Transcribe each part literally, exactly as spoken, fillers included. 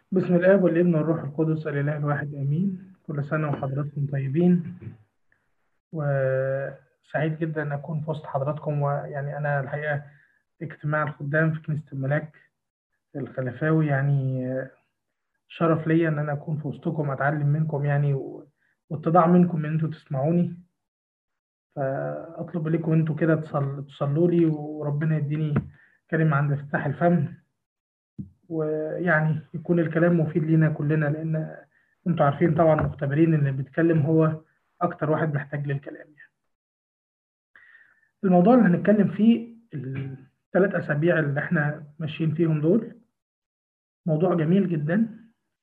بسم الآب والابن والروح القدس الإله الواحد آمين. كل سنة وحضراتكم طيبين، وسعيد جدا أن أكون في وسط حضراتكم. ويعني أنا الحقيقة في اجتماع الخدام في كنيسة الملاك الخلفاوي، يعني شرف ليا إن أنا أكون في وسطكم، أتعلم منكم يعني و- واتضاع منكم إن أنتوا تسمعوني. فأطلب لكم أنتوا كده تصل- تصلوا لي، وربنا يديني كلمة عند افتتاح الفم، ويعني يكون الكلام مفيد لينا كلنا، لأن انتوا عارفين طبعا مختبرين ان اللي بيتكلم هو اكتر واحد محتاج للكلام يعني. الموضوع اللي هنتكلم فيه الثلاث اسابيع اللي احنا ماشيين فيهم دول موضوع جميل جدا،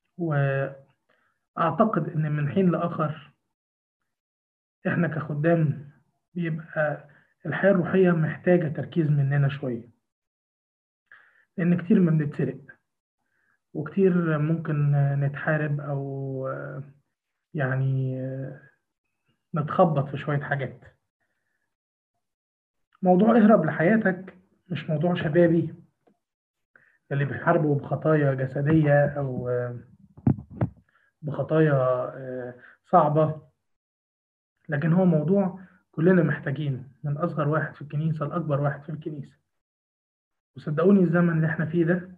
واعتقد ان من حين لاخر احنا كخدام بيبقى الحياة الروحية محتاجة تركيز مننا شوية، لان كتير ما بنتسرق، وكتير ممكن نتحارب او يعني نتخبط في شوية حاجات. موضوع اهرب لحياتك مش موضوع شبابي اللي بيحاربوا بخطايا جسدية أو بخطايا آه، صعبة، لكن هو موضوع كلنا محتاجين، من أصغر واحد في الكنيسة لأكبر واحد في الكنيسة. وصدقوني الزمن اللي احنا فيه ده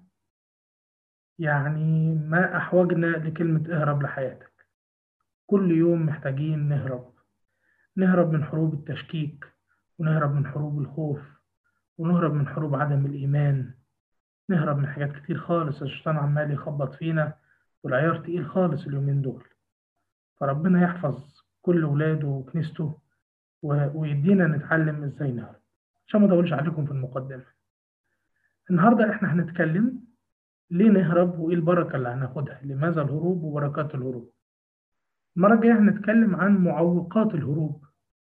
يعني ما أحوجنا لكلمة اهرب لحياتك. كل يوم محتاجين نهرب، نهرب من حروب التشكيك، ونهرب من حروب الخوف، ونهرب من حروب عدم الإيمان، نهرب من حاجات كتير خالص. الشيطان عمال يخبط فينا، والعيار تقيل خالص اليومين دول. فربنا يحفظ كل ولاده وكنيسته، و- ويدينا نتعلم ازاي نهرب. عشان ما اطولش عليكم في المقدمة، النهارده احنا هنتكلم ليه نهرب وايه البركة اللي هناخدها، لماذا الهروب وبركات الهروب. المرة الجاية هنتكلم عن معوقات الهروب.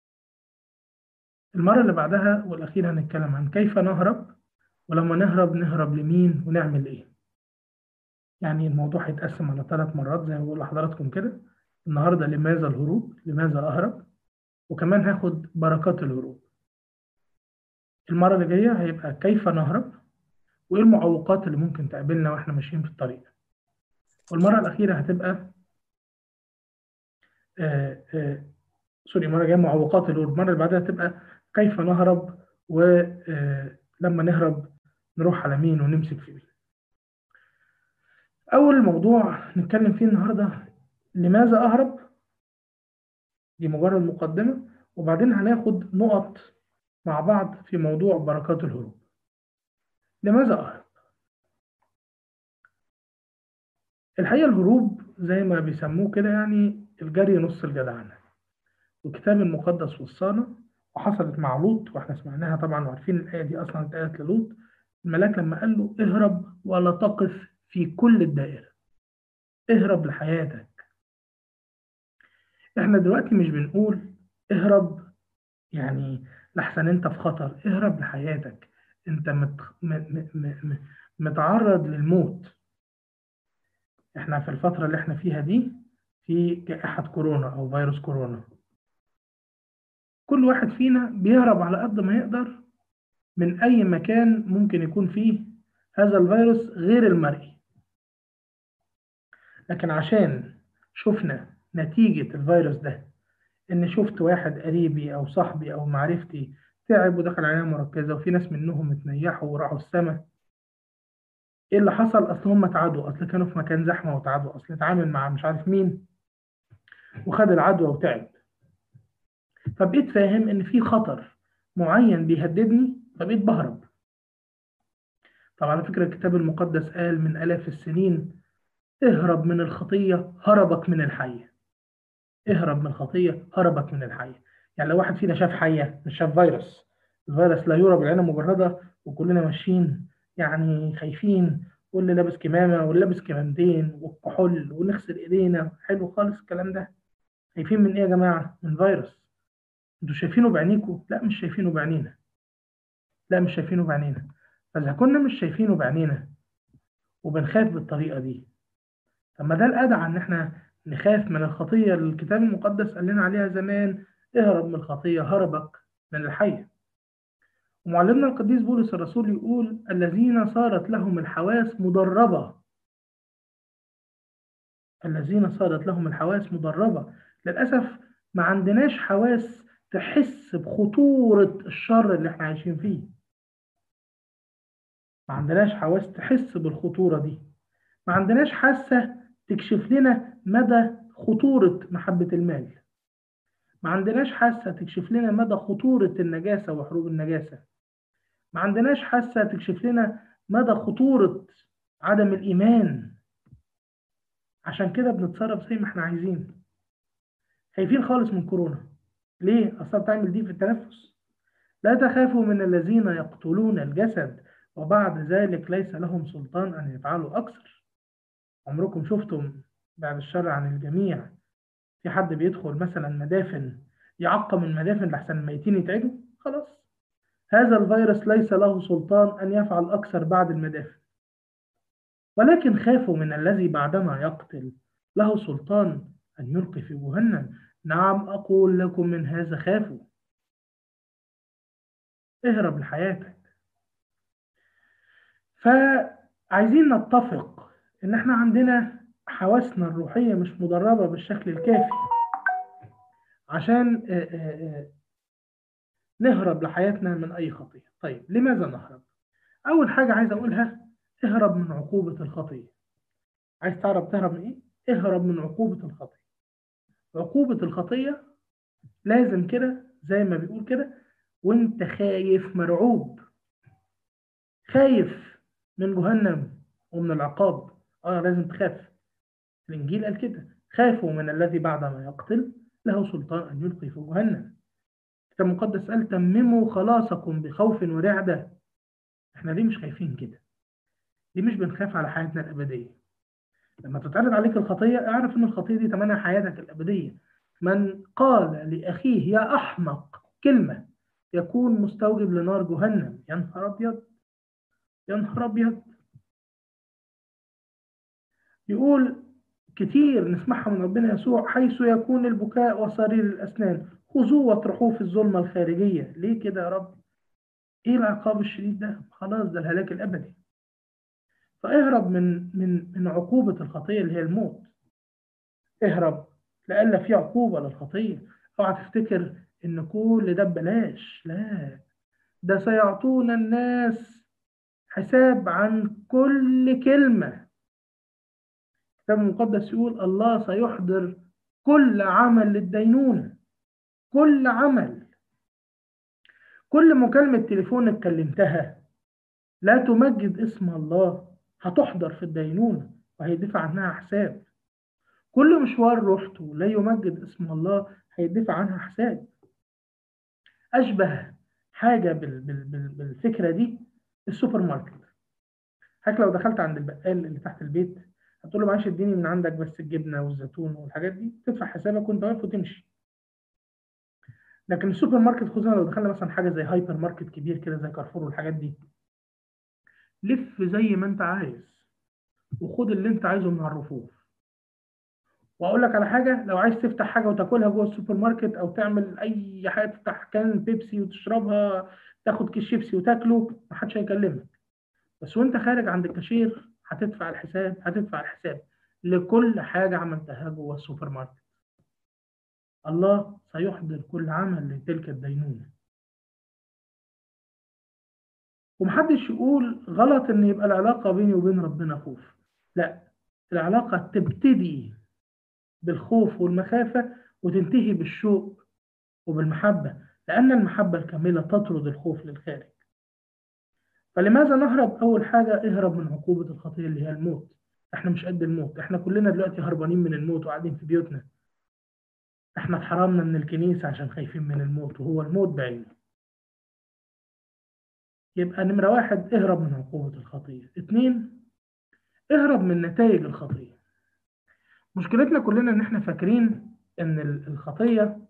المرة اللي بعدها والأخيرة هنتكلم عن كيف نهرب، ولما نهرب نهرب لمين ونعمل ايه. يعني الموضوع هيتقسم على ثلاث مرات زي ما بقول لحضراتكم كده. النهارده لماذا الهروب، لماذا أهرب، وكمان هاخد بركات الهروب. المرة اللي جاية هيبقى كيف نهرب، وإيه المعوقات اللي ممكن تقابلنا وإحنا ماشيين في الطريق. والمرة الأخيرة هتبقى آه آه سوري، المرة الجاية معوقات الهروب، المرة اللي بعدها هتبقى كيف نهرب، ولما نهرب نروح على مين ونمسك في مين. أول موضوع نتكلم فيه النهاردة لماذا أهرب، دي مجرد مقدمة، وبعدين هناخد نقط مع بعض في موضوع بركات الهروب. لماذا أهرب؟ الحقيقة الهروب زي ما بيسموه كده يعني الجري نص الجدعنة. والكتاب المقدس وصانا، وحصلت مع لوط واحنا سمعناها طبعا وعارفين الآية دي أصلا اتقالت للوط. الملاك لما قال له اهرب ولا تقف في كل الدائرة، اهرب لحياتك. احنا دلوقتي مش بنقول اهرب يعني لحسن انت في خطر، اهرب لحياتك. انت مت... م... م... م... م- متعرض للموت. احنا في الفترة اللي احنا فيها دي في جائحة كورونا أو فيروس كورونا. كل واحد فينا بيهرب على قد ما يقدر من أي مكان ممكن يكون فيه هذا الفيروس غير المرئي. لكن عشان شفنا نتيجة الفيروس ده، إن شفت واحد قريبي أو صاحبي أو معرفتي تعب ودخل عناية مركزة، وفي ناس منهم اتنيحوا وراحوا السما. إيه اللي حصل؟ أصل هم اتعدوا، أصل كانوا في مكان زحمة واتعدوا، أصل اتعامل مع مش عارف مين وخد العدوى وتعب. فبقيت فاهم إن في خطر معين بيهددني، فبقيت بهرب. طب على فكرة الكتاب المقدس قال من آلاف السنين اهرب من الخطية هربك من الحية. اهرب من الخطية هربك من الحية. يعني لو واحد فينا شاف حية مش شاف فيروس، الفيروس لا يرى بالعين المجردة، وكلنا ماشيين يعني خايفين، واللي لابس كمامة واللي لابس كمامتين والكحول ونغسل ايدينا، حلو خالص الكلام ده. خايفين من ايه يا جماعة؟ من فيروس. انتوا شايفينه بعينيكم؟ لا مش شايفينه بعينينا. لا مش شايفينه بعينينا. فإذا كنا مش شايفينه بعينينا وبنخاف بالطريقة دي، طب ما ده الأدعى إن إحنا نخاف من الخطية اللي الكتاب المقدس قال لنا عليها زمان: اهرب من الخطية هربك من الحية. ومعلمنا القديس بولس الرسول يقول: الذين صارت لهم الحواس مدربة الذين صارت لهم الحواس مدربة. للأسف ما عندناش حواس تحس بخطورة الشر اللي احنا عايشين فيه. ما عندناش حواس تحس بالخطورة دي. ما عندناش حاسة تكشف لنا مدى خطورة محبة المال. ما عندناش حاسة تكشف لنا مدى خطورة النجاسة وحروب النجاسة. ما عندناش حاسة تكشف لنا مدى خطورة عدم الإيمان. عشان كده بنتصرف زي ما احنا عايزين. خايفين خالص من كورونا. ليه؟ أصلا بتعمل دي في التنفس. لا تخافوا من الذين يقتلون الجسد وبعد ذلك ليس لهم سلطان أن يفعلوا أكثر. عمركم شفتم، بعد الشر عن الجميع، في حد بيدخل مثلا مدافن يعقم المدافن لحسن الميتين يتعدوا؟ خلاص، هذا الفيروس ليس له سلطان أن يفعل أكثر بعد المدافن. ولكن خافوا من الذي بعدما يقتل له سلطان أن يلقي في جهنم. نعم أقول لكم من هذا خافوا. اهرب لحياتك. فعايزين نتفق إن احنا عندنا حواسنا الروحية مش مدربة بالشكل الكافي عشان آه، آه، آه، نهرب لحياتنا من أي خطية. طيب لماذا نهرب؟ أول حاجة عايز أقولها، اهرب من عقوبة الخطية. عايز تعرف تهرب من إيه؟ اهرب من عقوبة الخطية. عقوبة الخطية لازم كده زي ما بيقول كده، وانت خايف مرعوب، خايف من جهنم ومن العقاب. اه لازم تخاف. الإنجيل قال كده، خافوا من الذي بعدما يقتل له سلطان أن يلقي في جهنم. الكتاب المقدس قال تمموا خلاصكم بخوف ورعدة. احنا ليه مش خايفين كده؟ ليه مش بنخاف على حياتنا الأبدية؟ لما تتعرض عليك الخطية اعرف ان الخطية دي تمنع حياتك الأبدية. من قال لأخيه يا أحمق كلمة يكون مستوجب لنار جهنم. يا نهار أبيض، يا نهار أبيض. يقول كتير نسمعها من ربنا يسوع، حيث يكون البكاء وصرير الأسنان خذوه واطرحوه في الظلمة الخارجية. ليه كده يا رب؟ إيه العقاب الشديد ده؟ خلاص ده الهلاك الأبدي. فاهرب من من من عقوبة الخطية اللي هي الموت. اهرب لألا في عقوبة للخطية. اوعى تفتكر إن كل ده ببلاش، لا، ده سيعطونا الناس حساب عن كل كلمة. الكتاب المقدس يقول الله سيحضر كل عمل للدينونة. كل عمل، كل مكالمة تليفون اتكلمتها لا تمجد اسم الله هتحضر في الدينونة وهيدفع عنها حساب. كل مشوار رحته لا يمجد اسم الله هيدفع عنها حساب. أشبه حاجة بال بال بال بالفكرة دي السوبر ماركت. حضرتك لو دخلت عند البقال اللي تحت البيت هتقول له معلش اديني من عندك بس الجبنة والزيتون والحاجات دي، تدفع حسابك وانت واقف وتمشي. لكن السوبر ماركت، خصوصا لو دخلنا مثلا حاجة زي هايبر ماركت كبير كده زي كارفور والحاجات دي، لف زي ما انت عايز وخد اللي انت عايزه من على الرفوف. واقول لك على حاجه، لو عايز تفتح حاجه وتاكلها جوه السوبر ماركت او تعمل اي حاجه، تفتح كان بيبسي وتشربها، تاخد كيس شيبسي وتاكله، محدش هيكلمك. بس وانت خارج عند الكاشير هتدفع الحساب، هتدفع الحساب لكل حاجه عملتها جوه السوبر ماركت. الله سيحضر كل عمل لتلك الدينونه. ومحدش يقول غلط ان يبقى العلاقه بيني وبين ربنا خوف. لا، العلاقه تبتدي بالخوف والمخافه وتنتهي بالشوق وبالمحبة، لأن المحبة الكاملة تطرد الخوف للخارج. فلماذا نهرب؟ أول حاجة اهرب من عقوبة الخطية اللي هي الموت. احنا مش قد الموت، احنا كلنا دلوقتي هربانين من الموت وقاعدين في بيوتنا. احنا اتحرمنا من الكنيسة عشان خايفين من الموت، وهو الموت بعينه. يبقى نمرة واحد اهرب من عقوبة الخطية. اتنين، اهرب من نتائج الخطية. مشكلتنا كلنا ان احنا فاكرين ان الخطية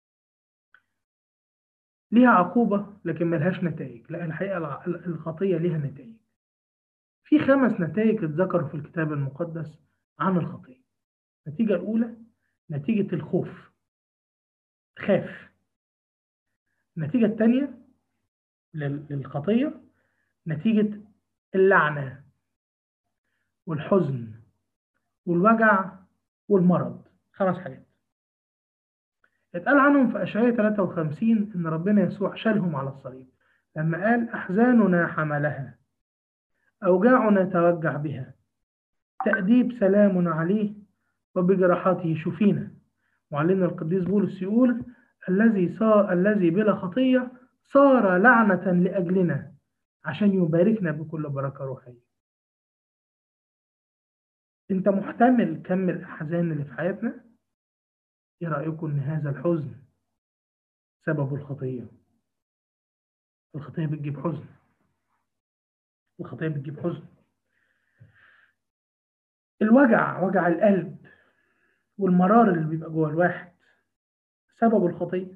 ليها عقوبة لكن ملهاش نتائج. لا، الحقيقة الخطية ليها نتائج. في خمس نتائج اتذكروا في الكتاب المقدس عن الخطية. النتيجة الأولى نتيجة الخوف، خاف. النتيجة الثانية للخطية نتيجة اللعنة والحزن والوجع والمرض. خمس حاجات اتقال عنهم في أشعياء ثلاثة وخمسين إن ربنا يسوع شالهم على الصليب لما قال أحزاننا حملها، أوجاعنا توجع بها، تأديب سلام عليه، وبجراحاته شفينا. معلمنا القديس بولس يقول الذي صار الذي بلا خطية صار لعنة لأجلنا عشان يباركنا بكل بركة روحية. انت محتمل كم الأحزان اللي في حياتنا؟ ايه رأيكم ان هذا الحزن سببه الخطية؟ الخطية بتجيب حزن، الخطية بتجيب حزن. الوجع، وجع القلب والمرار اللي بيبقى جوه الواحد سببه الخطية.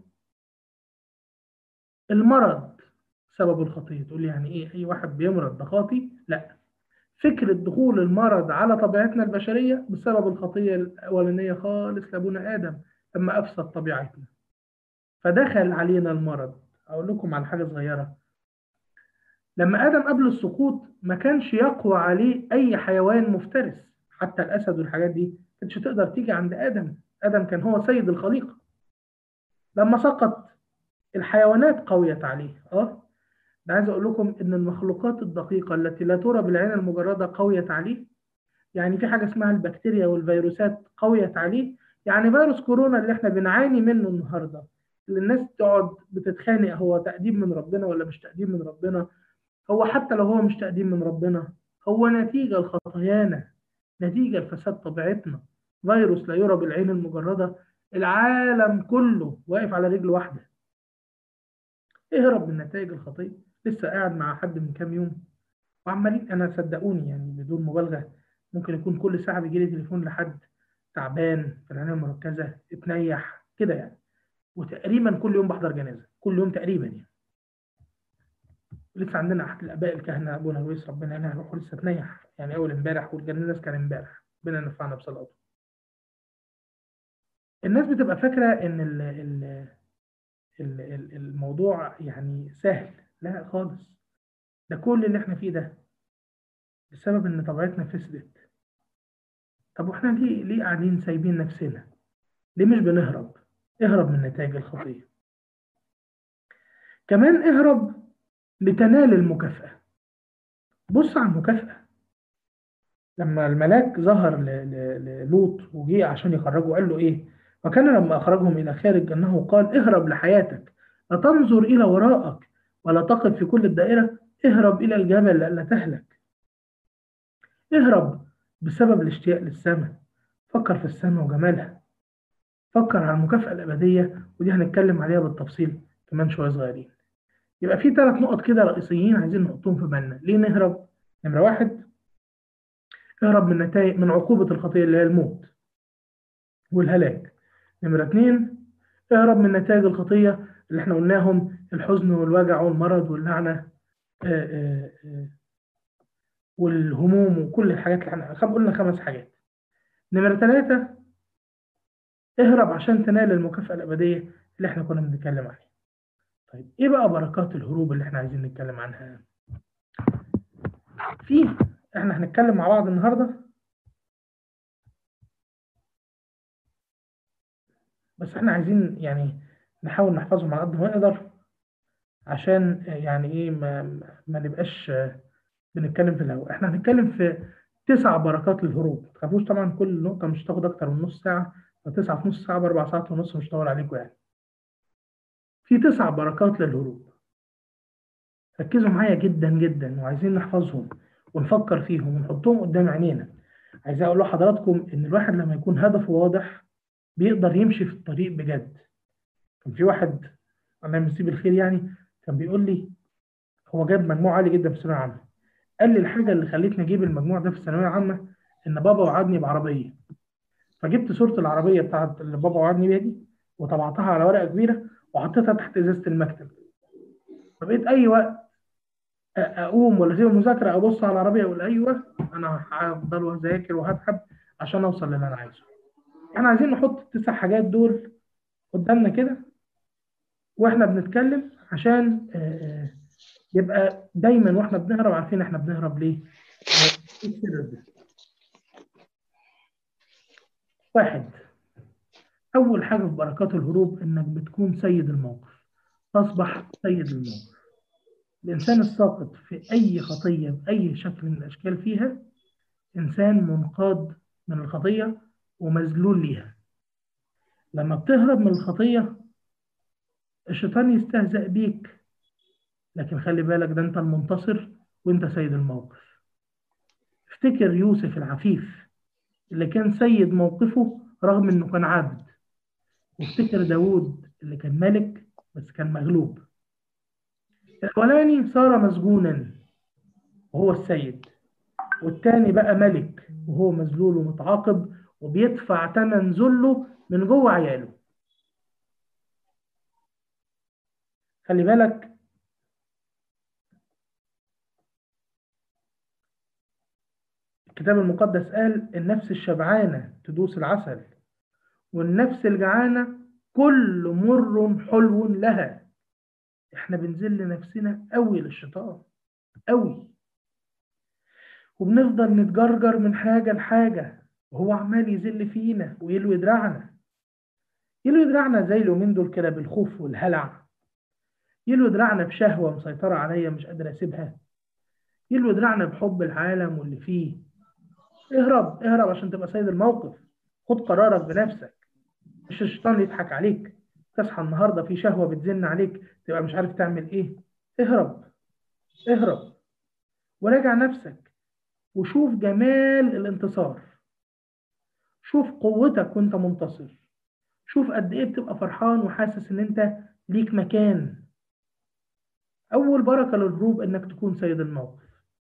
المرض سبب الخطية. تقول لي يعني ايه اي واحد بيمرض ده خاطي؟ لا، فكرة دخول المرض على طبيعتنا البشرية بسبب الخطية الأولانية خالص لأبونا آدم لما أفسد طبيعتنا فدخل علينا المرض. أقول لكم على حاجة صغيرة. لما آدم قبل السقوط ما كانش يقوى عليه أي حيوان مفترس، حتى الأسد والحاجات دي ما كانتش تقدر تيجي عند آدم. آدم كان هو سيد الخليقة. لما سقط الحيوانات قويت عليه. اه ده عايز اقول لكم ان المخلوقات الدقيقه التي لا ترى بالعين المجرده قويت عليه. يعني في حاجه اسمها البكتيريا والفيروسات قويت عليه. يعني فيروس كورونا اللي احنا بنعاني منه النهارده، اللي الناس تقعد بتتخانق هو تأديب من ربنا ولا مش تأديب من ربنا، هو حتى لو هو مش تأديب من ربنا هو نتيجه لخطايانا، نتيجه لفساد طبيعتنا. فيروس لا يرى بالعين المجرده، العالم كله واقف على رجل واحده. اهرب من نتائج الخطيه. لسه قاعد مع حد من كام يوم وعمالين، انا صدقوني يعني بدون مبالغه ممكن يكون كل ساعه بيجي لي تليفون لحد تعبان في العنايه المركزه اتنيح كده يعني. وتقريبا كل يوم بحضر جنازه، كل يوم تقريبا يعني. لسه عندنا احد الاباء الكهنه ابونا لويس ربنا ينعم روحه لسه اتنيح يعني اول امبارح، والجنازه كان امبارح. ربنا ينفعنا بصلاته. الناس بتبقى فاكره ان ال ال ال ال- الموضوع يعني سهل. لا خالص. ده كل اللي احنا فيه ده بسبب ان طبيعتنا فسدت. طب واحنا ليه ليه قاعدين سايبين نفسنا؟ ليه مش بنهرب؟ اهرب من نتائج الخطية. كمان اهرب لتنال المكافأة. بص على المكافأة. لما الملاك ظهر ل- ل- للوط وجي عشان يخرجه قال له ايه؟ وكان لما اخرجهم الى خارج انه قال اهرب لحياتك، لا تنظر الى وراءك ولا تقف في كل الدائرة، اهرب الى الجبل لئلا تهلك. اهرب بسبب الاشتياق للسماء. فكر في السماء وجمالها. فكر على المكافأة الأبدية، ودي هنتكلم عليها بالتفصيل كمان شوية صغيرين. يبقى في ثلاث نقط كده رئيسيين عايزين نحطهم في بالنا. ليه نهرب؟ نمرة واحد، اهرب من نتائج من عقوبة الخطية اللي هي الموت والهلاك. نمرة اتنين، اهرب من نتائج الخطية اللي احنا قلناهم، الحزن والوجع والمرض واللعنة، آه، آه، آه، والهموم وكل الحاجات اللي احنا خم- قلنا خمس حاجات. نمرة ثلاثة، اهرب عشان تنال المكافأة الأبدية اللي احنا كنا بنتكلم عليها. طيب ايه بقى بركات الهروب اللي احنا عايزين نتكلم عنها؟ في احنا هنتكلم مع بعض النهارده، بس احنا عايزين يعني نحاول نحفظهم على قد ما نقدر عشان يعني ايه ما, ما نبقاش بنتكلم في الهواء. احنا هنتكلم في تسع بركات للهروب. ما تخافوش طبعا، كل نقطة مش هتاخد أكتر من نص ساعة، فتسعة في نص ساعة بأربع ساعات ونص مش هطول عليكم يعني. في تسع بركات للهروب. ركزوا معايا جدا جدا وعايزين نحفظهم ونفكر فيهم ونحطهم قدام عينينا. عايز أقول لحضراتكم إن الواحد لما يكون هدفه واضح بيقدر يمشي في الطريق بجد. كان في واحد الله يمسيه بالخير يعني كان بيقول لي هو جاب مجموع عالي جدا في الثانويه العامه. قال لي الحاجه اللي خلتني اجيب المجموع ده في الثانويه العامه ان بابا وعدني بعربيه. فجبت صوره العربيه بتاعت اللي بابا وعدني بيها دي وطبعتها على ورقه كبيره وحطيتها تحت ازازه المكتب. فبقيت اي وقت أ- اقوم ولا اسيب المذاكره ابص على العربيه اقول ايوه انا هفضل واذاكر وهتعب عشان اوصل للي انا عايزه. احنا عايزين نحط التسع حاجات دول قدامنا كده واحنا بنتكلم عشان آه، آه، يبقى دايما واحنا بنهرب عارفين احنا بنهرب ليه. ايه السر ده؟ واحد، أول حاجة في بركات الهروب إنك بتكون سيد الموقف، تصبح سيد الموقف. الإنسان الساقط في أي خطية بأي شكل من الأشكال فيها إنسان منقاد من الخطية ومذلول ليها. لما بتهرب من الخطية الشيطان يستهزأ بيك، لكن خلي بالك ده أنت المنتصر وأنت سيد الموقف. افتكر يوسف العفيف اللي كان سيد موقفه رغم إنه كان عبد، وافتكر داود اللي كان ملك بس كان مغلوب. الأولاني صار مسجونا وهو السيد، والتاني بقى ملك وهو مذلول ومتعاقب وبيدفع ثمن ذله من جوه عياله. خلي بالك الكتاب المقدس قال النفس الشبعانة تدوس العسل، والنفس الجعانة كل مر حلو لها. احنا بنذل نفسنا قوي للشيطان قوي، وبنفضل نتجرجر من حاجة لحاجة وهو عمال يذل فينا ويلوي دراعنا. يلوي دراعنا زي اليومين دول كده بالخوف والهلع، يلوي دراعنا بشهوة مسيطرة عليا مش قادر أسيبها، يلوي دراعنا بحب العالم واللي فيه. اهرب اهرب عشان تبقى سيد الموقف، خد قرارك بنفسك، مش الشيطان يضحك عليك. تصحى النهارده في شهوة بتزن عليك تبقى مش عارف تعمل ايه. اهرب اهرب وراجع نفسك وشوف جمال الانتصار، شوف قوتك وانت منتصر، شوف قد ايه بتبقى فرحان وحاسس ان انت ليك مكان. اول بركة للهروب انك تكون سيد الموقف.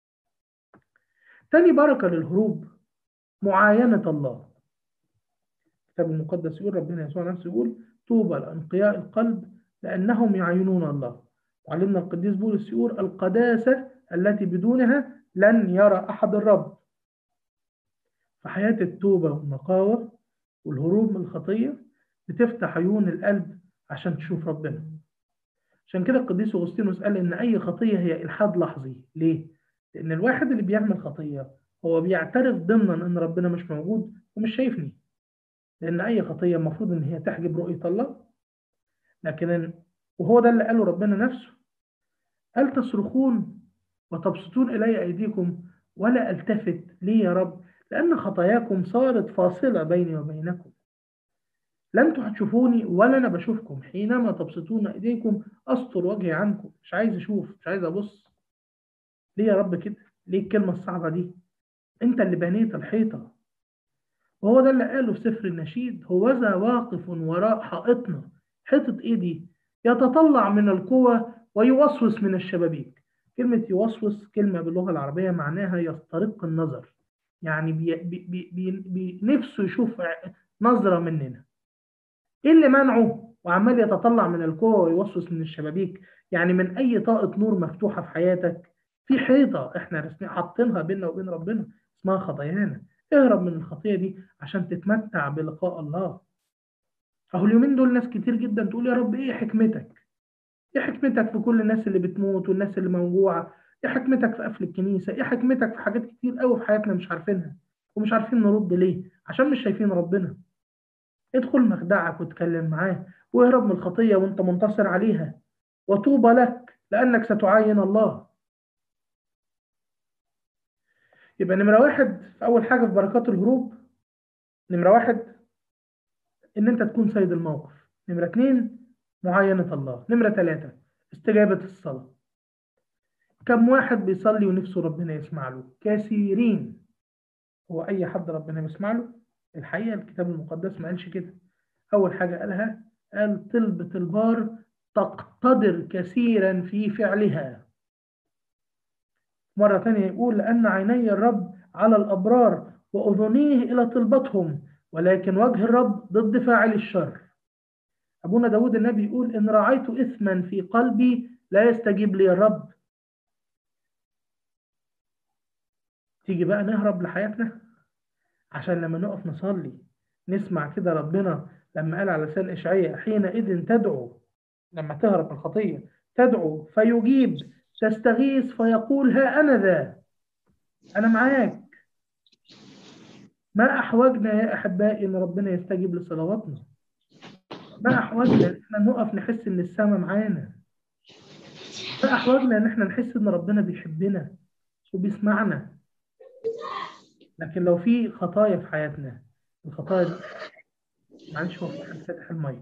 تاني بركة للهروب معاينة الله. الكتاب المقدس يقول، ربنا يسوع نفسه يقول طوبى لأنقياء القلب لأنهم يعينون الله. وعلمنا القديس بولس يقول القداسة التي بدونها لن يرى أحد الرب. فحياة التوبة والنقاوة والهروب من الخطية بتفتح عيون القلب عشان تشوف ربنا. عشان كده القديس أغسطينوس قال إن أي خطية هي إلحاد لحظي. ليه؟ لأن الواحد اللي بيعمل خطية هو بيعترف ضمنا إن ربنا مش موجود ومش شايفني، لأن أي خطية المفروض إن هي تحجب رؤية الله. لكن وهو ده اللي قاله ربنا نفسه، قال تصرخون وتبسطون إلي أيديكم ولا ألتفت ليه يا رب لأن خطاياكم صارت فاصلة بيني وبينكم. لا انتوا هتشوفوني ولا أنا بشوفكم، حينما تبسطون أيديكم أستر وجهي عنكم. مش عايز أشوف، مش عايز أبص. ليه يا رب كده؟ ليه الكلمة الصعبة دي؟ أنت اللي بنيت الحيطة. وهو ده اللي قاله في سفر النشيد، هوذا واقف وراء حائطنا. حيطة إيه دي؟ يتطلع من القوى ويوسوس من الشبابيك. كلمة يوسوس كلمة باللغة العربية معناها يسترق النظر، يعني بي بي بي بي بي نفسه يشوف نظرة مننا. إيه اللي منعه وعمال يتطلع من القوى ويوسوس من الشبابيك؟ يعني من أي طاقة نور مفتوحة في حياتك في حيطة إحنا رسمين حاطينها بيننا وبين ربنا اسمها خطايانا. اهرب من الخطية دي عشان تتمتع بلقاء الله. اهو اليومين دول ناس كتير جدا تقول يا رب ايه حكمتك؟ ايه حكمتك في كل الناس اللي بتموت والناس اللي موجوعة؟ ايه حكمتك في قفل الكنيسة؟ ايه حكمتك في حاجات كتير قوي في حياتنا مش عارفينها ومش عارفين نرد ليه؟ عشان مش شايفين ربنا. ادخل مخدعك واتكلم معاه واهرب من الخطية وانت منتصر عليها، وطوبى لك لأنك ستعاين الله. يبقى نمرة واحد في أول حاجة في بركات الهروب، نمرة واحد ان انت تكون سيد الموقف. نمرة اتنين معاينة الله. نمرة تلاتة استجابة الصلاة. كم واحد بيصلي ونفسه ربنا يسمع له؟ كثيرين. هو اي حد ربنا يسمع له؟ الحقيقة الكتاب المقدس ما قالش كده. اول حاجة قالها قال طلبة البار تقتدر كثيرا في فعلها. مرة تانية يقول لأن عيني الرب على الأبرار وأذنيه إلى طلبتهم ولكن وجه الرب ضد فاعل الشر. أبونا داود النبي يقول إن رأيت إثما في قلبي لا يستجيب لي الرب. تيجي بقى نهرب لحياتنا عشان لما نقف نصلي نسمع كده ربنا لما قال على لسان إشعياء حينئذ تدعو، لما تهرب من الخطية تدعو فيجيب، تستغيث فيقول ها أنا ذا، أنا معاك. ما أحوجنا يا أحبائي إن ربنا يستجيب لصلواتنا؟ ما أحوجنا إن إحنا نقف نحس إن السماء معانا؟ ما أحوجنا إن إحنا نحس إن ربنا بيحبنا وبيسمعنا؟ لكن لو في خطايا في حياتنا، الخطايا دي، معلش هو في حد فاتح المايك.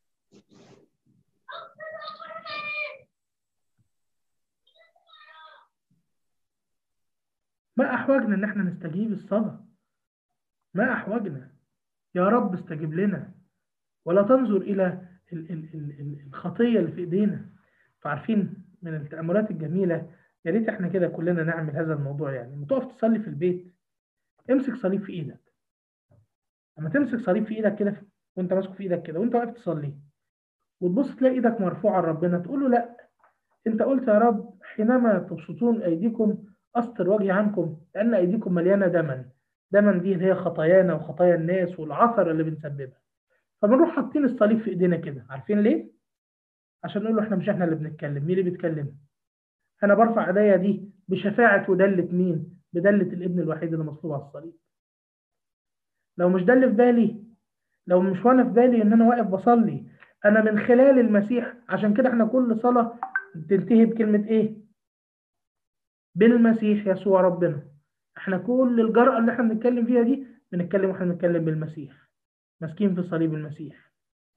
ما أحوجنا إن إحنا نستجيب الصلاة؟ ما أحوجنا؟ يا رب استجب لنا، ولا تنظر إلى ال- ال- ال- ال- الخطية اللي في إيدينا. فعارفين من التأملات الجميلة، يا ريت إحنا كده كلنا نعمل هذا الموضوع. يعني لما تقف تصلي في البيت، امسك صليب في إيدك. لما تمسك صليب في إيدك كده، وأنت ماسكه في إيدك كده وأنت واقف تصلي، وتبص تلاقي إيدك مرفوعة لربنا، تقول له لا، أنت قلت يا رب حينما تبسطون أيديكم أستر وجهي عنكم لأن أيديكم مليانة دما. دما دي اللي هي خطايانا وخطايا الناس والعثر اللي بنسببها. فبنروح حاطين الصليب في إيدينا كده. عارفين ليه؟ عشان نقول له احنا مش احنا اللي بنتكلم، مين اللي بيتكلم؟ انا برفع ايديا دي بشفاعة ودلة مين؟ بدلة الابن الوحيد اللي مصلوب على الصليب. لو مش ده اللي في بالي، لو مش وانا في بالي ان انا واقف بصلي انا من خلال المسيح. عشان كده احنا كل صلاة بتنتهي بكلمة ايه؟ بالمسيح يسوع ربنا. احنا كل الجرأة اللي احنا بنتكلم فيها دي بنتكلم واحنا بنتكلم بالمسيح، ماسكين في صليب المسيح.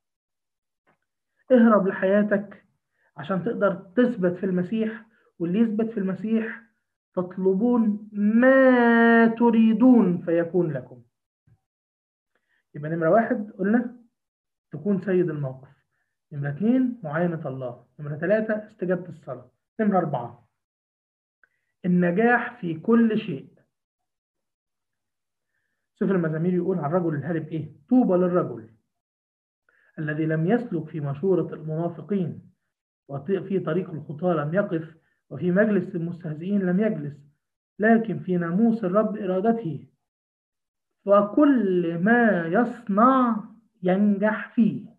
اهرب لحياتك عشان تقدر تثبت في المسيح، واللي يثبت في المسيح تطلبون ما تريدون فيكون لكم. يبقى نمرة واحد قلنا تكون سيد الموقف، نمرة اتنين معاينة الله، نمرة ثلاثة استجابة الصلاة، نمرة أربعة النجاح في كل شيء. سفر المزامير يقول عن الرجل الهارب إيه؟ طوبى للرجل الذي لم يسلك في مشورة المنافقين، وفي طريق الخطاة لم يقف، وفي مجلس المستهزئين لم يجلس، لكن في ناموس الرب إرادته، وكل ما يصنع ينجح فيه.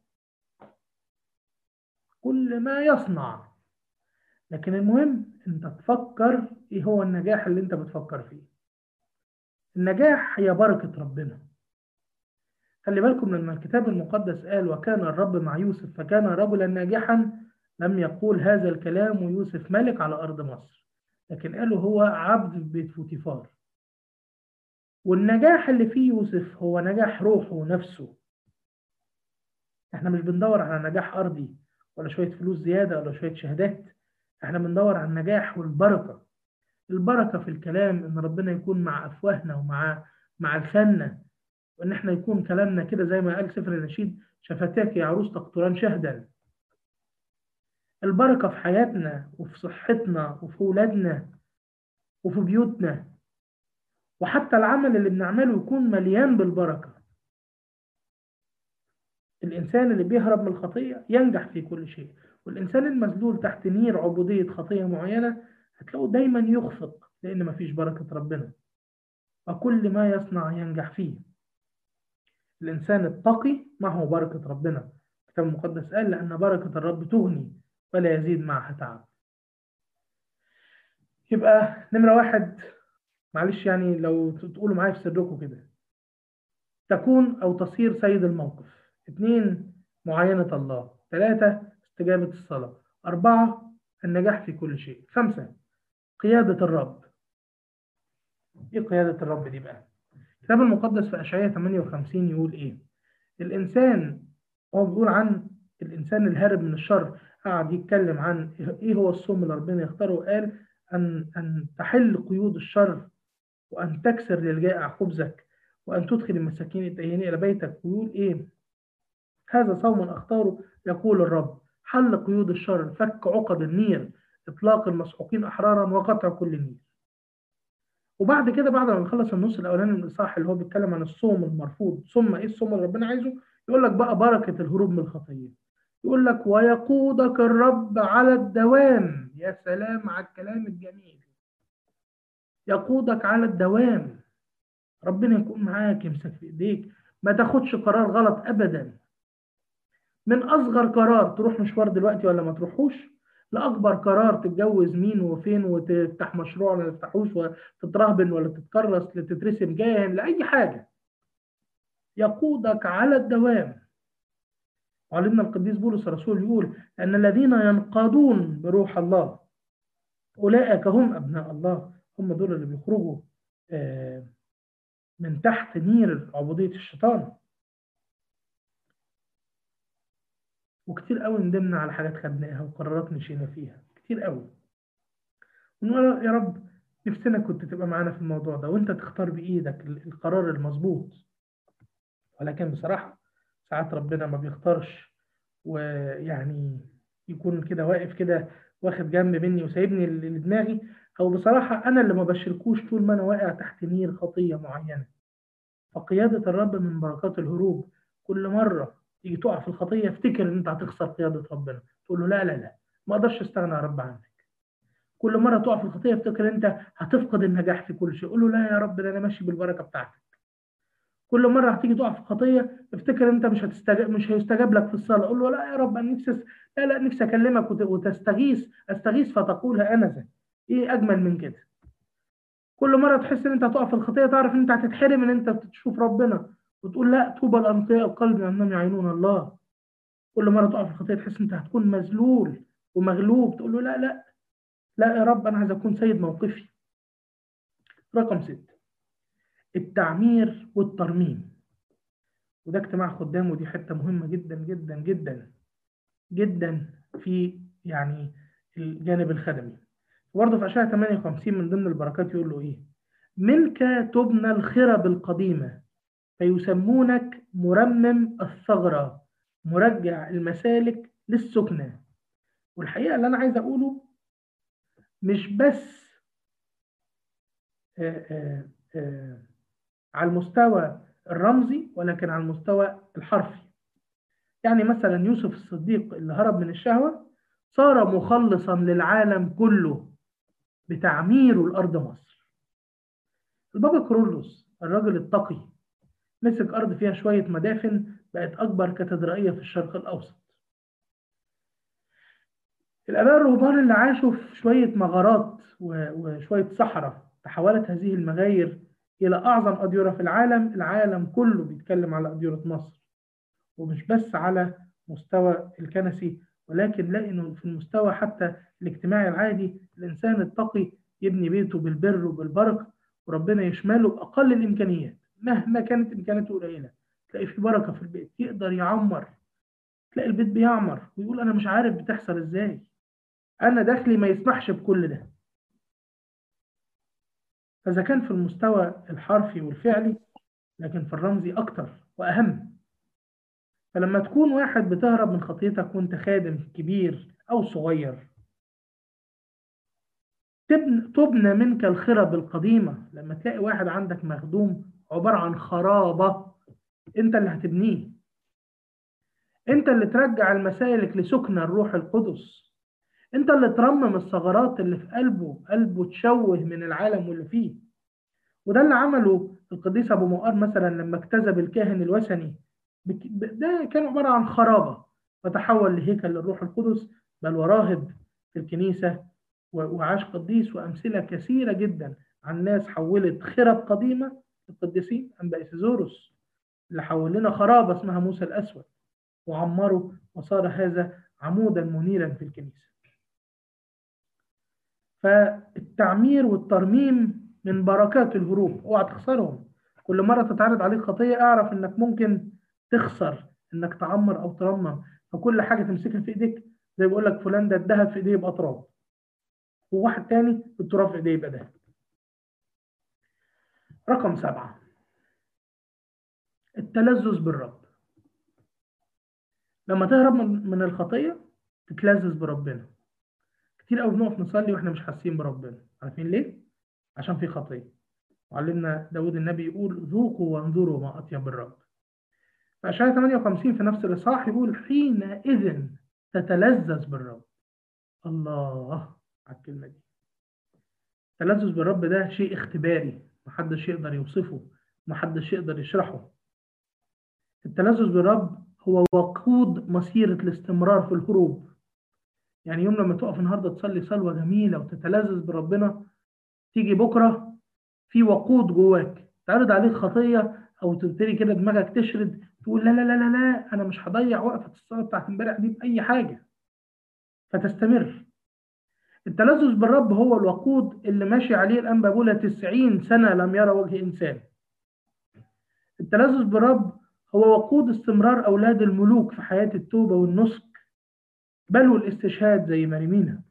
كل ما يصنع. لكن المهم انت تفكر ايه هو النجاح اللي انت بتفكر فيه. النجاح هي بركة ربنا. خلي بالكم لما الكتاب المقدس قال وكان الرب مع يوسف فكان رجلا ناجحا، لم يقول هذا الكلام ويوسف ملك على أرض مصر، لكن قالوا هو عبد في بيت فوتيفار. والنجاح اللي فيه يوسف هو نجاح روحه ونفسه. احنا مش بندور على نجاح أرضي ولا شوية فلوس زيادة ولا شوية شهادات. احنا بندور على النجاح والبركة. البركة في الكلام ان ربنا يكون مع أفواهنا ومع مع لساننا، وان احنا يكون كلامنا كده زي ما قال سفر النشيد شفتاك يا عروس تقطران شهدا. البركة في حياتنا وفي صحتنا وفي أولادنا وفي بيوتنا، وحتى العمل اللي بنعمله يكون مليان بالبركة. الإنسان اللي بيهرب من الخطية ينجح في كل شيء، والإنسان المذلول تحت نير عبودية خطية معينة هتلاقوا دايما يخفق لأن مفيش بركة ربنا، وكل ما يصنع ينجح فيه. الإنسان التقي معه بركة ربنا. الكتاب المقدس قال لأن بركة الرب تغني ولا يزيد معها تعب. يبقى نمرة واحد، معلش يعني لو تقولوا معايا في سركم كده، تكون أو تصير سيد الموقف. اثنين معاينة الله. ثلاثة استجابة الصلاة. أربعة النجاح في كل شيء. خمسة قيادة الرب. إيه قيادة الرب دي بقى؟ الكتاب المقدس في أشعياء ثمانية وخمسين يقول إيه؟ الإنسان، هو بيقول عن الإنسان الهارب من الشر، قاعد يتكلم عن إيه هو الصوم اللي ربنا يختاره، وقال أن أن تحل قيود الشر، وأن تكسر للجائع خبزك، وأن تدخل المساكين الدينين إلى بيتك. ويقول إيه؟ هذا صوم أختاره يقول الرب، حل قيود الشر، فك عقد النير، إطلاق المسحوقين أحرارا، وقطع كل نير. وبعد كده بعد ما نخلص النص الأولاني من الإصحاح اللي هو بيتكلم عن الصوم المرفوض، ثم إيه الصوم اللي ربنا عايزه؟ يقول لك بقى بركة الهروب من الخطية. يقول لك ويقودك الرب على الدوام. يا سلام على الكلام الجميل. يقودك على الدوام. ربنا يكون معاك، يمسك في ايديك، ما تاخدش قرار غلط ابدا. من اصغر قرار تروح مشوار دلوقتي ولا ما تروحوش، لاكبر قرار تتجوز مين وفين وتفتح مشروع ولا ما تفتحوش، وتترهبن ولا تتكرس، لتترسم جاهل، لاي حاجه. يقودك على الدوام. علمنا القديس بولس الرسول يقول أن الذين ينقادون بروح الله أولئك هم أبناء الله، هم دول اللي بيخرجوا من تحت نير عبودية الشيطان. وكتير قوي ندمنا على حاجات خدناها وقرارات مشينا فيها كتير قوي، ونقول يا رب نفسنا كنت تبقى معانا في الموضوع ده وانت تختار بإيدك القرار المظبوط. ولكن بصراحة ساعات ربنا ما بيختارش، ويعني يكون كده واقف كده واخد جنب مني وسايبني لدماغي، او بصراحة انا اللي ما بشركوش طول ما انا واقع تحت نير خطية معينة. فقيادة الرب من بركات الهروب. كل مرة تيجي تقع في الخطية افتكر ان انت هتخسر قيادة ربنا، تقول له لا لا لا ما اقدرش استغنى يا رب عنك. كل مرة تقع في الخطية افتكر انت هتفقد النجاح في كل شيء، قول له لا يا رب ده انا ماشي بالبركة بتاعتك. كل مرة هتيجي تقع في خطية افتكر انت مش هتستجاب، مش هيستجاب لك في الصلاة، قول له لا يا رب انا نفسي، لا لا نفسي اكلمك وتستغيث، استغيث فتقول انذا. ايه اجمل من كده؟ كل مرة تحس ان انت هتقع في الخطية تعرف ان انت هتتحرم ان انت تشوف ربنا، وتقول لا طوبى لانقياء القلب لانهم يعينون الله. كل مرة تقع في الخطية تحس ان انت هتكون مذلول ومغلوب، تقول له لا لا لا يا رب انا عايز اكون سيد موقفي. رقم ستة، التعمير والترميم. وده اجتماع خدام، ودي حتة مهمة جدا جدا جدا جدا في يعني الجانب الخدمي. وبرضه في أشعياء ثمانية وخمسين من ضمن البركات يقول له ايه؟ منك تبنى الخرب القديمة فيسمونك مرمم الثغرة مرجع المسالك للسكنة. والحقيقة اللي أنا عايز أقوله مش بس آآ آآ آآ على المستوى الرمزي ولكن على المستوى الحرفي. يعني مثلا يوسف الصديق اللي هرب من الشهوة صار مخلصا للعالم كله بتعميره الأرض مصر. البابا كرولوس الراجل التقي مسك أرض فيها شوية مدافن بقت أكبر كاتدرائية في الشرق الأوسط. الآباء الرهبان اللي عاشوا في شوية مغارات وشوية صحراء تحولت هذه المغاير إلى أعظم أديرة في العالم. العالم كله بيتكلم على أديرة مصر، ومش بس على مستوى الكنسي ولكن لأنه في المستوى حتى الاجتماعي العادي. الإنسان التقي يبني بيته بالبر وبالبركة وربنا يشمله بأقل الإمكانيات مهما كانت إمكانياته قليلة، تلاقي في بركة في البيت، يقدر يعمر، تلاقي البيت بيعمر ويقول أنا مش عارف بتحصل إزاي، أنا دخلي ما يسمحش بكل ده. فإذا كان في المستوى الحرفي والفعلي لكن في الرمزي أكتر وأهم. فلما تكون واحد بتهرب من خطيتك وانت خادم كبير أو صغير تبنى منك الخرب القديمة. لما تلاقي واحد عندك مخدوم عبارة عن خرابة انت اللي هتبنيه، انت اللي ترجع المسالك لسكن الروح القدس، انت اللي ترمم الثغرات اللي في قلبه، قلبه تشوه من العالم واللي فيه. وده اللي عمله القديس ابو مقار مثلا لما اكتذب الكاهن الوثني، ده كان عبارة عن خرابة فتحول لهيكل للروح القدس، بل وراهب في الكنيسة وعاش قديس. وأمثلة كثيرة جدا عن ناس حولت خرب قديمة القديسين. أنبا إسيزوروس اللي حول لنا خرابة اسمها موسى الأسود وعمره وصار هذا عمودا منيرا في الكنيسة. فالتعمير والترميم من بركات الهروب، اوعى تخسرهم. كل مرة تتعرض عليك خطية اعرف انك ممكن تخسر انك تعمر او ترمم. فكل حاجة تمسكها في ايديك زي بيقول لك فلان ده الذهب في ايديه يبقى تراب، وواحد تاني التراب في ايديه يبقى ذهب. رقم سبعة، التلذذ بالرب. لما تهرب من الخطية تتلذذ بربنا. كتير قوي بنقف نصلي واحنا مش حاسين بربنا، عارفين ليه؟ عشان في خطية. وعلمنا داود النبي يقول ذوقوا وانظروا ما أطيب الرب. في أشعياء ثمانية وخمسين في نفس الإصحاح يقول حينئذ تتلذذ بالرب. الله على الكلمة دي. التلذذ بالرب ده شيء اختباري محدش يقدر يوصفه، محدش يقدر يشرحه. التلذذ بالرب هو وقود مسيرة الاستمرار في الهروب. يعني يوم لما تقف النهارده تصلي صلوة جميلة وتتلذذ بربنا، تيجي بكرة في وقود جواك تعرض عليك خطية او تبتدي كده دماغك تشرد تقول لا لا لا لا لا انا مش هضيع وقفه الصلاه بتاعت امبارح دي باي حاجه، فتستمر. التلذذ بالرب هو الوقود اللي ماشي عليه الانبا بولا تسعين سنه لم يرى وجه انسان. التلذذ بالرب هو وقود استمرار اولاد الملوك في حياه التوبه والنسك بل والاستشهاد زي مريمينا.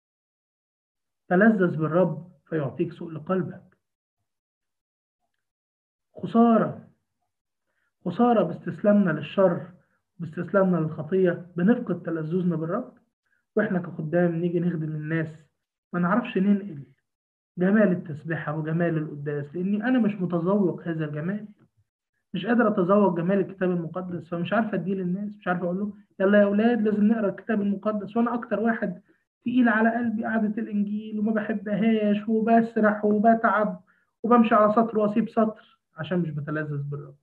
تلذذ بالرب فيعطيك سؤل قلبك. خساره خساره باستسلامنا للشر، باستسلامنا للخطيه بنفقد تلذذنا بالرب، واحنا كخدام نيجي نخدم الناس ما نعرفش ننقل جمال التسبيحه وجمال القداس، لاني انا مش متذوق هذا الجمال، مش قادر اتذوق جمال الكتاب المقدس، فمش عارف اديه للناس، مش عارف اقول له يلا يا اولاد لازم نقرا الكتاب المقدس، وانا اكتر واحد تقيل على قلبي قعده الانجيل وما بحبهاش وبسرح وبتعب وبمشي على سطر واسيب سطر عشان مش بتلذذ بالرب.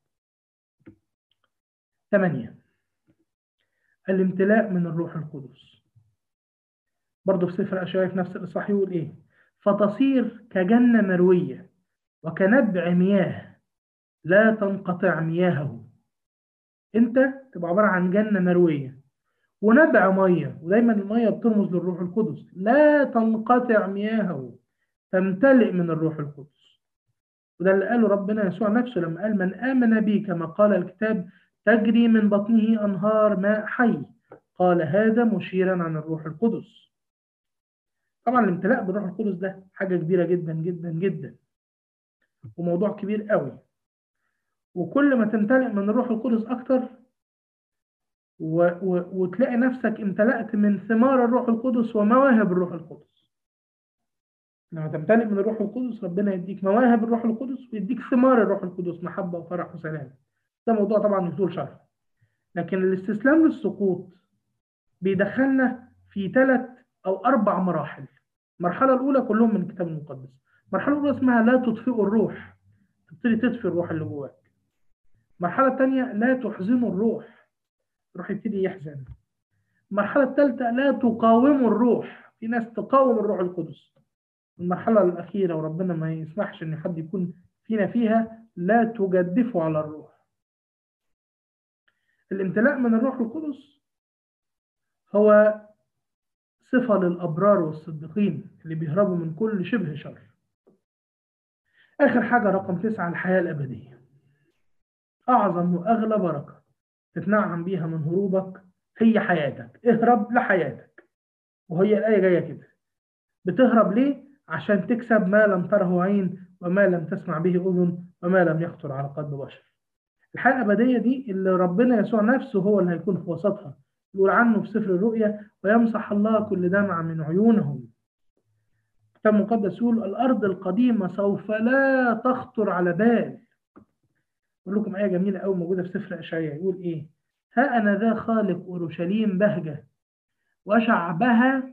ثمانية، الامتلاء من الروح القدس. برضه في سفر أشعياء في نفس الإصحاح يقول إيه؟ فتصير كجنة مروية وكنبع مياه لا تنقطع مياهه. أنت تبقى عبارة عن جنة مروية ونبع مية، ودايما المية بترمز للروح القدس، لا تنقطع مياهه، تمتلئ من الروح القدس. وده اللي قاله ربنا يسوع نفسه لما قال من آمن بي كما قال الكتاب تجري من بطنه أنهار ماء حي، قال هذا مشيرا عن الروح القدس. طبعا الامتلاء بالروح القدس ده حاجة كبيرة جدا جدا جدا وموضوع كبير قوي، وكل ما تمتلئ من الروح القدس أكتر و... و... وتلاقي نفسك امتلأت من ثمار الروح القدس ومواهب الروح القدس. لما تمتلئ من الروح القدس ربنا يديك مواهب الروح القدس ويديك ثمار الروح القدس، محبة وفرح وسلام. ده موضوع طبعا يطول شرح، لكن الاستسلام للسقوط بيدخلنا في ثلاث أو أربع مراحل. المرحلة الأولى كلهم من الكتاب المقدس. المرحلة الأولى اسمها لا تطفئوا الروح، تبتدي تطفي الروح اللي جواك. المرحلة الثانية لا تحزنوا الروح، الروح يبتدي يحزن. المرحلة الثالثة لا تقاوموا الروح، في ناس تقاوم الروح القدس. المرحلة الأخيرة وربنا ما يسمحش إن حد يكون فينا فيها، لا تجدفوا على الروح. الامتلاء من الروح القدس هو صفة للأبرار والصديقين اللي بيهربوا من كل شبه شر. آخر حاجة رقم تسعة، الحياة الأبدية. أعظم وأغلى بركة تتنعم بيها من هروبك هي حياتك. اهرب لحياتك، وهي الآية جاية كده. بتهرب ليه؟ عشان تكسب ما لم تره عين وما لم تسمع به أذن وما لم يخطر على قلب بشر. الحياة الأبدية دي اللي ربنا يسوع نفسه هو اللي هيكون في وسطها، يقول عنه في سفر الرؤيا ويمسح الله كل دمع من عيونهم. الكتاب المقدس يقول الأرض القديمة سوف لا تخطر على بال. أقول لكم آية جميلة أوي موجودة في سفر أشعياء، يقول إيه؟ ها أنا ذا خالق أورشليم بهجة وشعبها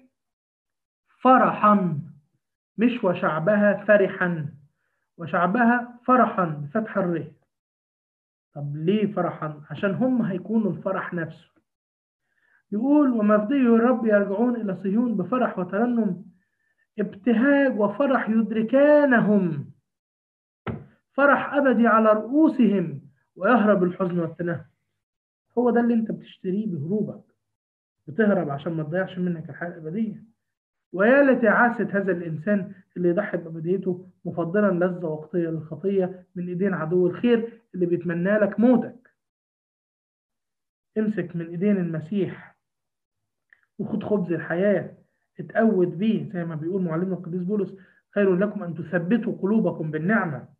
فرحا، مش وشعبها فرحا، وشعبها فرحا بفتح الر. طب ليه فرحا؟ عشان هم هيكونوا الفرح نفسه. يقول ومفدي الرب يرجعون إلى صهيون بفرح وترنم، ابتهاج وفرح يدركانهم، فرح أبدي على رؤوسهم ويهرب الحزن والتنهد. هو ده اللي انت بتشتريه بهروبك، بتهرب عشان ما تضيعش منك الحياة الأبدية. ويا لتعاسة هذا الإنسان اللي يضحي بأبديته مفضلا لذة وقتية للخطية من إيدين عدو الخير اللي بيتمنى لك موتك. امسك من إيدين المسيح وخد خبز الحياة، اتقود بيه زي ما بيقول معلمنا القديس بولس خير لكم أن تثبتوا قلوبكم بالنعمة.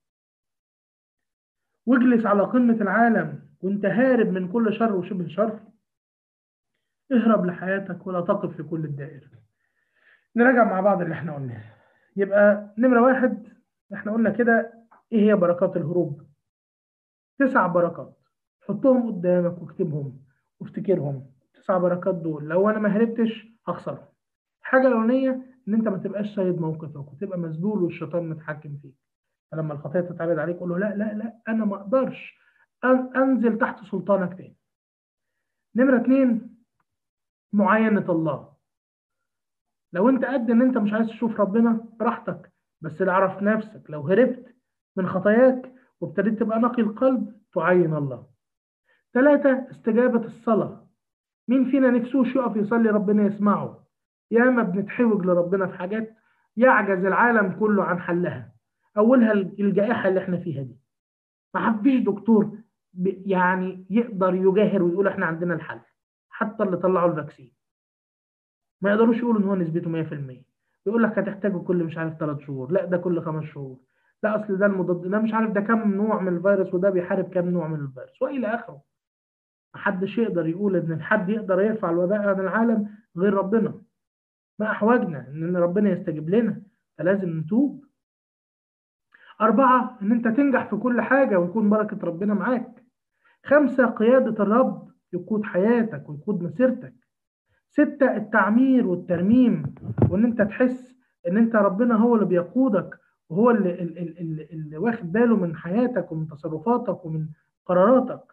واجلس على قمة العالم وانت هارب من كل شر وشبه شر. اهرب لحياتك ولا تقف في كل الدائرة. نراجع مع بعض اللي احنا قلناه. يبقى نمرة واحد احنا قلنا كده ايه هي بركات الهروب؟ تسع بركات، حطهم قدامك واكتبهم وافتكرهم. تسع بركات دول لو انا ما هربتش هخسرهم. الحاجة الأولانية ان انت ما تبقاش سيد موقفك وتبقى مسجون والشيطان متحكم فيك. فلما الخطية تتعرض عليك قول له لا لا لا انا ما اقدرش انزل تحت سلطانك تاني. نمرة اتنين معاينة الله. لو انت قد ان انت مش عايز تشوف ربنا براحتك، بس اللي عرف نفسك لو هربت من خطاياك وابتديت تبقى نقي القلب تعين الله. ثلاثة، استجابة الصلاة. مين فينا نفسوش يقف يصلي ربنا يسمعه؟ ياما بنتحوج لربنا في حاجات يعجز العالم كله عن حلها، أولها الجائحة اللي احنا فيها دي. ما فيش دكتور يعني يقدر يجاهر ويقول احنا عندنا الحل. حتى اللي طلعوا الفاكسين ما يقدروش يقولوا ان هو نسبته مية في المية. يقول لك هتحتاجه كل مش عارف ثلاث شهور، لا ده كل خمس شهور، لا اصل ده المضاد، ده مش عارف ده كم نوع من الفيروس وده بيحارب كم نوع من الفيروس والى اخره. محدش يقدر يقول ان حد يقدر يرفع الوباء عن العالم غير ربنا. ما احوجنا ان ربنا يستجيب لنا، فلازم نتوب. أربعة، إن أنت تنجح في كل حاجة ويكون بركة ربنا معاك. خمسة، قيادة الرب يقود حياتك ويقود مسيرتك. ستة، التعمير والترميم، وإن أنت تحس إن أنت ربنا هو اللي بيقودك، وهو اللي, اللي, اللي, اللي واخد باله من حياتك ومن تصرفاتك ومن قراراتك.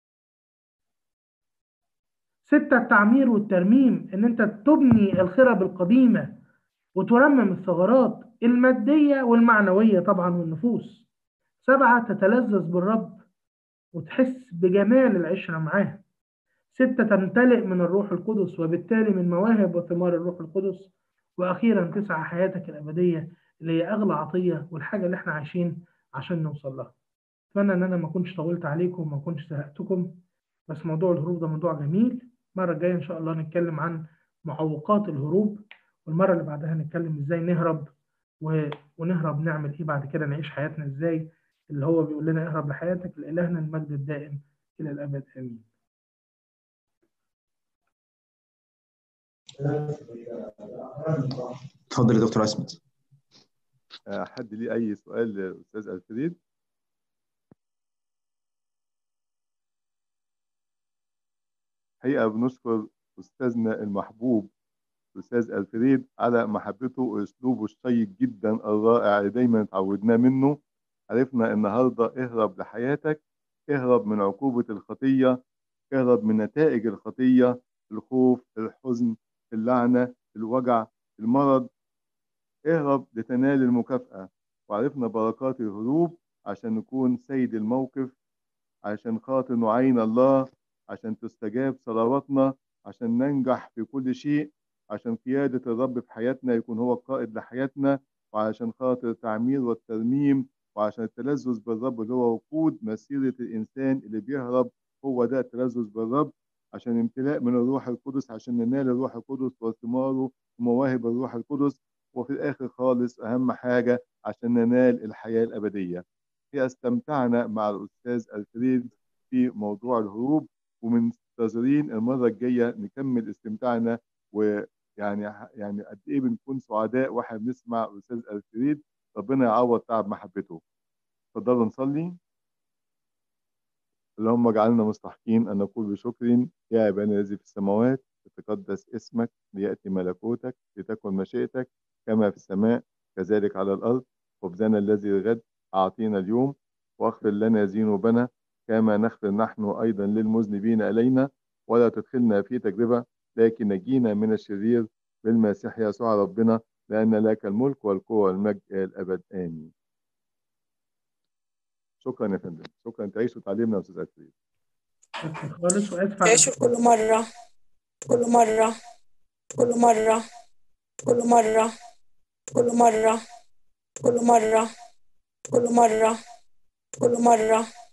ستة، التعمير والترميم، إن أنت تبني الخرب القديمة وترمم الثغرات المادية والمعنوية طبعا والنفوس. سبعة، تتلذذ بالرب وتحس بجمال العشرة معاه. ستة، تمتلئ من الروح القدس وبالتالي من مواهب وثمار الروح القدس. وأخيرا تسعى حياتك الأبدية اللي هي أغلى عطية والحاجة اللي احنا عايشين عشان نوصل لها. أتمنى إن أنا ما كنتش طولت عليكم وما كنتش زهقتكم، بس موضوع الهروب ده موضوع جميل. المرة الجاية إن شاء الله نتكلم عن معوقات الهروب، والمرة اللي بعدها نتكلم إزاي نهرب و... ونهرب نعمل إيه بعد كده، نعيش حياتنا إزاي، اللي هو بيقول لنا اهرب لحياتك. لإلهنا المجد الدائم إلى الأبد آمين. اتفضل يا دكتور عصمت. حد ليه أي سؤال للأستاذ ألفريد؟ حقيقة بنشكر أستاذنا المحبوب الأستاذ ألفريد على محبته وأسلوبه الشيق جدا الرائع اللي دايما اتعودنا منه. عرفنا النهارده اهرب لحياتك، اهرب من عقوبة الخطية، اهرب من نتائج الخطية، الخوف، الحزن، اللعنة، الوجع، المرض، اهرب لتنال المكافأة. وعرفنا بركات الهروب عشان نكون سيد الموقف، عشان خاطر نعين الله، عشان تستجاب صلواتنا، عشان ننجح في كل شيء، عشان قيادة الرب في حياتنا يكون هو القائد لحياتنا، وعشان خاطر التعمير والترميم، وعشان التلذذ بالرب اللي هو وقود مسيرة الإنسان اللي بيهرب. هو ده التلذذ بالرب، عشان امتلاء من الروح القدس، عشان ننال الروح القدس وثماره ومواهب الروح القدس. وفي الآخر خالص أهم حاجة عشان ننال الحياة الأبدية. هي استمتعنا مع الأستاذ ألفريد في موضوع الهروب، ومنتظرين المرة الجاية نكمل استمتاعنا. ويعني يعني قد إيه بنكون سعداء واحنا بنسمع الأستاذ ألفريد. ربنا يعوض تعب محبته. اتفضلوا نصلي. اللهم اجعلنا مستحقين أن نقول بشكر: يا أبانا الذي في السماوات، يتقدس اسمك، ليأتي ملكوتك، لتكن مشيئتك كما في السماء كذلك على الأرض. خبزنا الذي الغد أعطينا اليوم، واغفر لنا ذنوبنا كما نغفر نحن أيضا للمذنبين إلينا، ولا تدخلنا في تجربة لكن نجينا من الشرير بالمسيح يسوع ربنا، لأن لك الملك والقوة والمجد إلى الأبد آمين. شكرا يا فندم، شكرا. تعيشوا تعليمنا يا أستاذ ألفريد. خالص واسف على تعيشوا كل مرة كل مرة كل مرة كل مرة كل مرة كل مرة كل مرة كل مرة